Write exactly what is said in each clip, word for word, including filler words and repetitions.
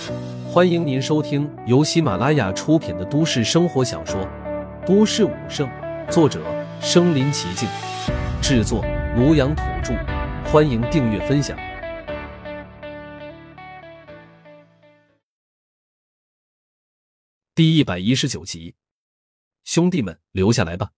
欢迎您收听由喜马拉雅出品的都市生活小说《都市武圣》，作者身临其境，制作庐阳土著。欢迎订阅分享。第一百一十九集，兄弟们留下来吧。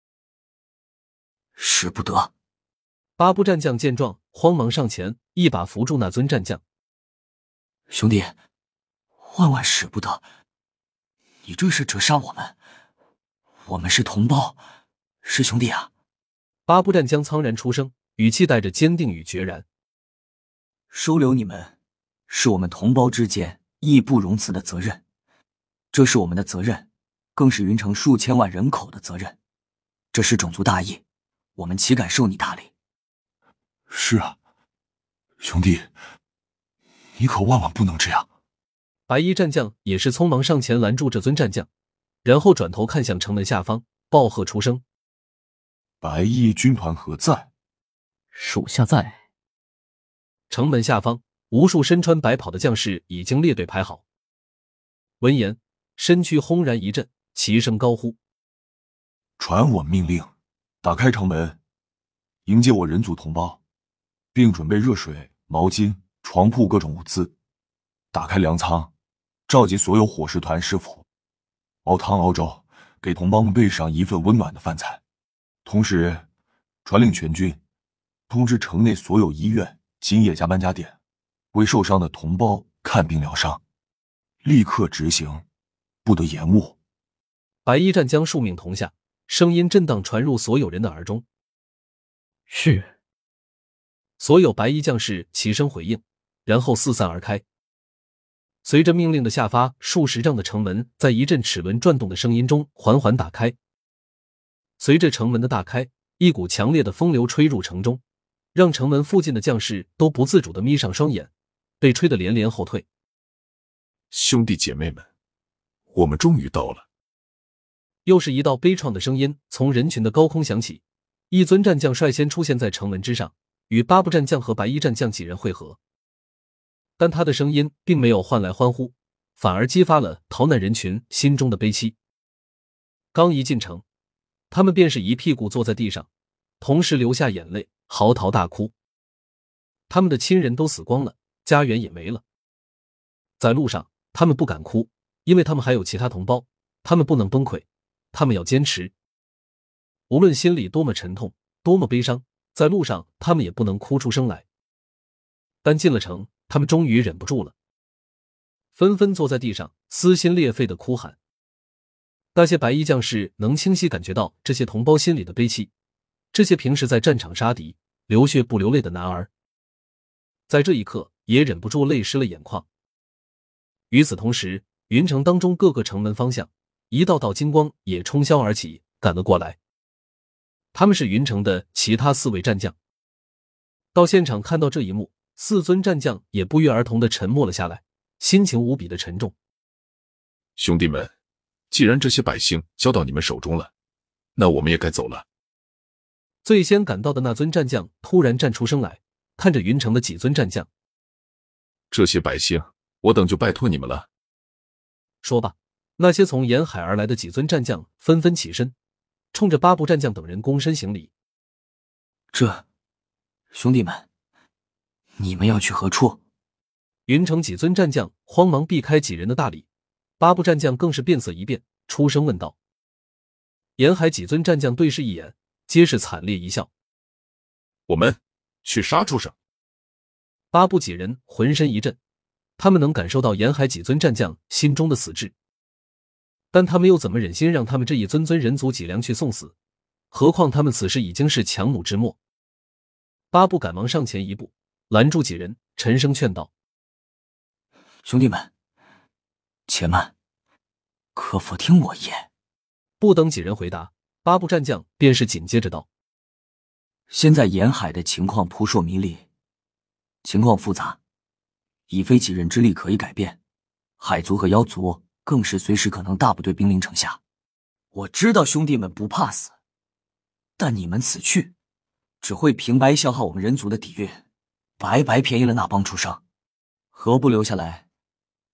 使不得。 八部战将见状，慌忙上前，一把扶住那尊战将。 兄弟，万万使不得！你这是折杀我们，我们是同胞，是兄弟啊！ 八部战将苍然出声，语气带着坚定与决然。 收留你们，是我们同胞之间义不容辞的责任，这是我们的责任，更是云城数千万人口的责任。这是种族大义，我们岂敢受你大礼？ 是啊，兄弟，你可万万不能这样。 白衣战将也是匆忙上前拦住这尊战将，然后转头看向城门下方，暴喝出声： 白衣军团何在？ 属下在。 城门下方，无数身穿白袍的将士已经列队排好。闻言，身躯轰然一震，齐声高呼： 传我命令，打开城门，迎接我人族同胞，并准备热水、毛巾、床铺各种物资。打开粮仓，召集所有伙食团师傅，熬汤熬粥，给同胞们备上一份温暖的饭菜。同时传令全军，通知城内所有医院今夜加班加点，为受伤的同胞看病疗伤，立刻执行，不得延误。 白衣战将数命同下，声音震荡传入所有人的耳中。 是。 所有白衣将士齐声回应，然后四散而开。随着命令的下发，数十丈的城门在一阵齿轮转动的声音中缓缓打开。随着城门的大开，一股强烈的风流吹入城中，让城门附近的将士都不自主地眯上双眼，被吹得连连后退。 兄弟姐妹们，我们终于到了。 又是一道悲怆的声音从人群的高空响起，一尊战将率先出现在城门之上，与八部战将和白衣战将几人会合。但他的声音并没有换来欢呼，反而激发了逃难人群心中的悲戚。刚一进城，他们便是一屁股坐在地上，同时流下眼泪，嚎啕大哭。他们的亲人都死光了，家园也没了。在路上，他们不敢哭，因为他们还有其他同胞，他们不能崩溃，他们要坚持。无论心里多么沉痛，多么悲伤，在路上他们也不能哭出声来。但进了城，他们终于忍不住了，纷纷坐在地上，撕心裂肺的哭喊。那些白衣将士能清晰感觉到这些同胞心里的悲戚，这些平时在战场杀敌、流血不流泪的男儿，在这一刻也忍不住泪湿了眼眶。与此同时，云城当中各个城门方向，一道道金光也冲霄而起，赶了过来。他们是云城的其他四位战将。到现场看到这一幕，四尊战将也不约而同地沉默了下来，心情无比的沉重。 兄弟们，既然这些百姓交到你们手中了，那我们也该走了。 最先赶到的那尊战将突然站出声来，看着云城的几尊战将： 这些百姓，我等就拜托你们了。 说罢，那些从沿海而来的几尊战将纷纷起身，冲着八部战将等人躬身行礼。 这，兄弟们，你们要去何处？ 云城几尊战将慌忙避开几人的大礼，八部战将更是变色一变，出声问道。沿海几尊战将对视一眼，皆是惨烈一笑。 我们去杀畜生。 八部几人浑身一震，他们能感受到沿海几尊战将心中的死志，但他们又怎么忍心让他们这一尊尊人族脊梁去送死？何况他们此时已经是强弩之末。八部赶忙上前一步，拦住几人，沉声劝道： 兄弟们，且慢，可否听我言？ 不等几人回答，八部战将便是紧接着道： 现在沿海的情况扑朔迷离，情况复杂，已非几人之力可以改变，海族和妖族更是随时可能大部队兵临城下。我知道兄弟们不怕死，但你们此去只会平白消耗我们人族的底蕴，白白便宜了那帮畜生，何不留下来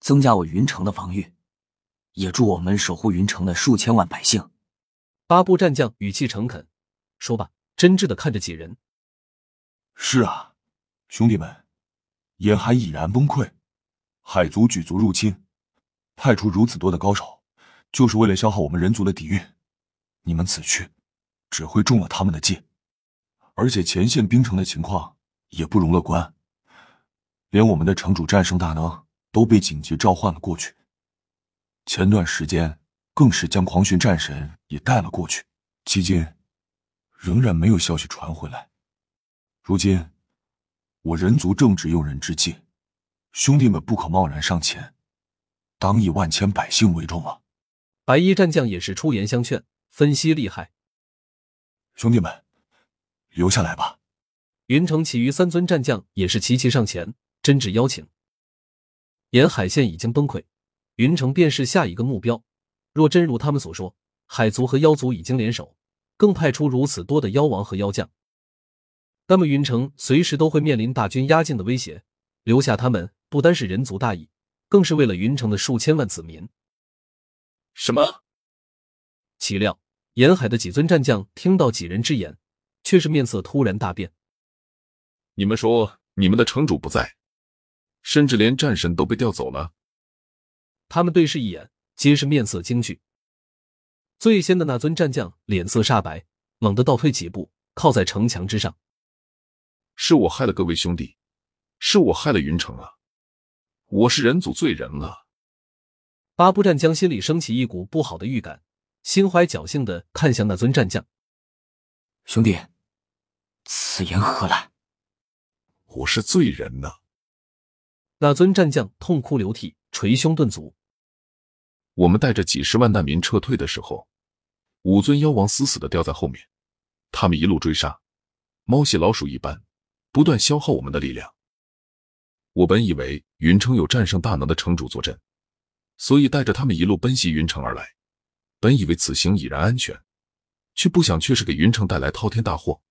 增加我云城的防御，也助我们守护云城的数千万百姓。 八部战将语气诚恳，说罢，真挚地看着几人。 是啊，兄弟们，沿海已然崩溃，海族举族入侵，派出如此多的高手，就是为了消耗我们人族的底蕴。你们此去，只会中了他们的计。而且前线兵城的情况也不容乐观，连我们的城主战胜大能都被紧急召唤了过去。前段时间更是将狂训战神也带了过去，期间仍然没有消息传回来。如今我人族正值用人之际，兄弟们不可贸然上前，当以万千百姓为重啊！ 白衣战将也是出言相劝，分析利害。 兄弟们，留下来吧。 云城其余三尊战将也是齐齐上前，真挚邀请。沿海线已经崩溃，云城便是下一个目标。若真如他们所说，海族和妖族已经联手，更派出如此多的妖王和妖将，那么云城随时都会面临大军压境的威胁。留下他们不单是人族大义，更是为了云城的数千万子民。 什么？ 岂料沿海的几尊战将听到几人之言，却是面色突然大变。 你们说你们的城主不在，甚至连战神都被调走了？ 他们对视一眼，皆是面色惊惧。最先的那尊战将脸色煞白，冷得倒退几步，靠在城墙之上。 是我害了各位兄弟，是我害了云城啊！我是人族罪人了。 八部战将心里升起一股不好的预感，心怀侥幸地看向那尊战将。 兄弟，此言何来？ 我是罪人呢。 那尊战将痛哭流涕，捶胸顿足。 我们带着几十万难民撤退的时候，五尊妖王死死地吊在后面，他们一路追杀，猫血老鼠一般，不断消耗我们的力量。我本以为云城有战胜大能的城主坐镇，所以带着他们一路奔袭云城而来，本以为此行已然安全，却不想却是给云城带来滔天大祸。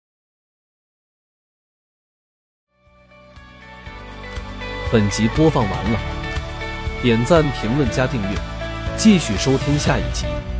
本集播放完了，点赞、评论、加订阅，继续收听下一集。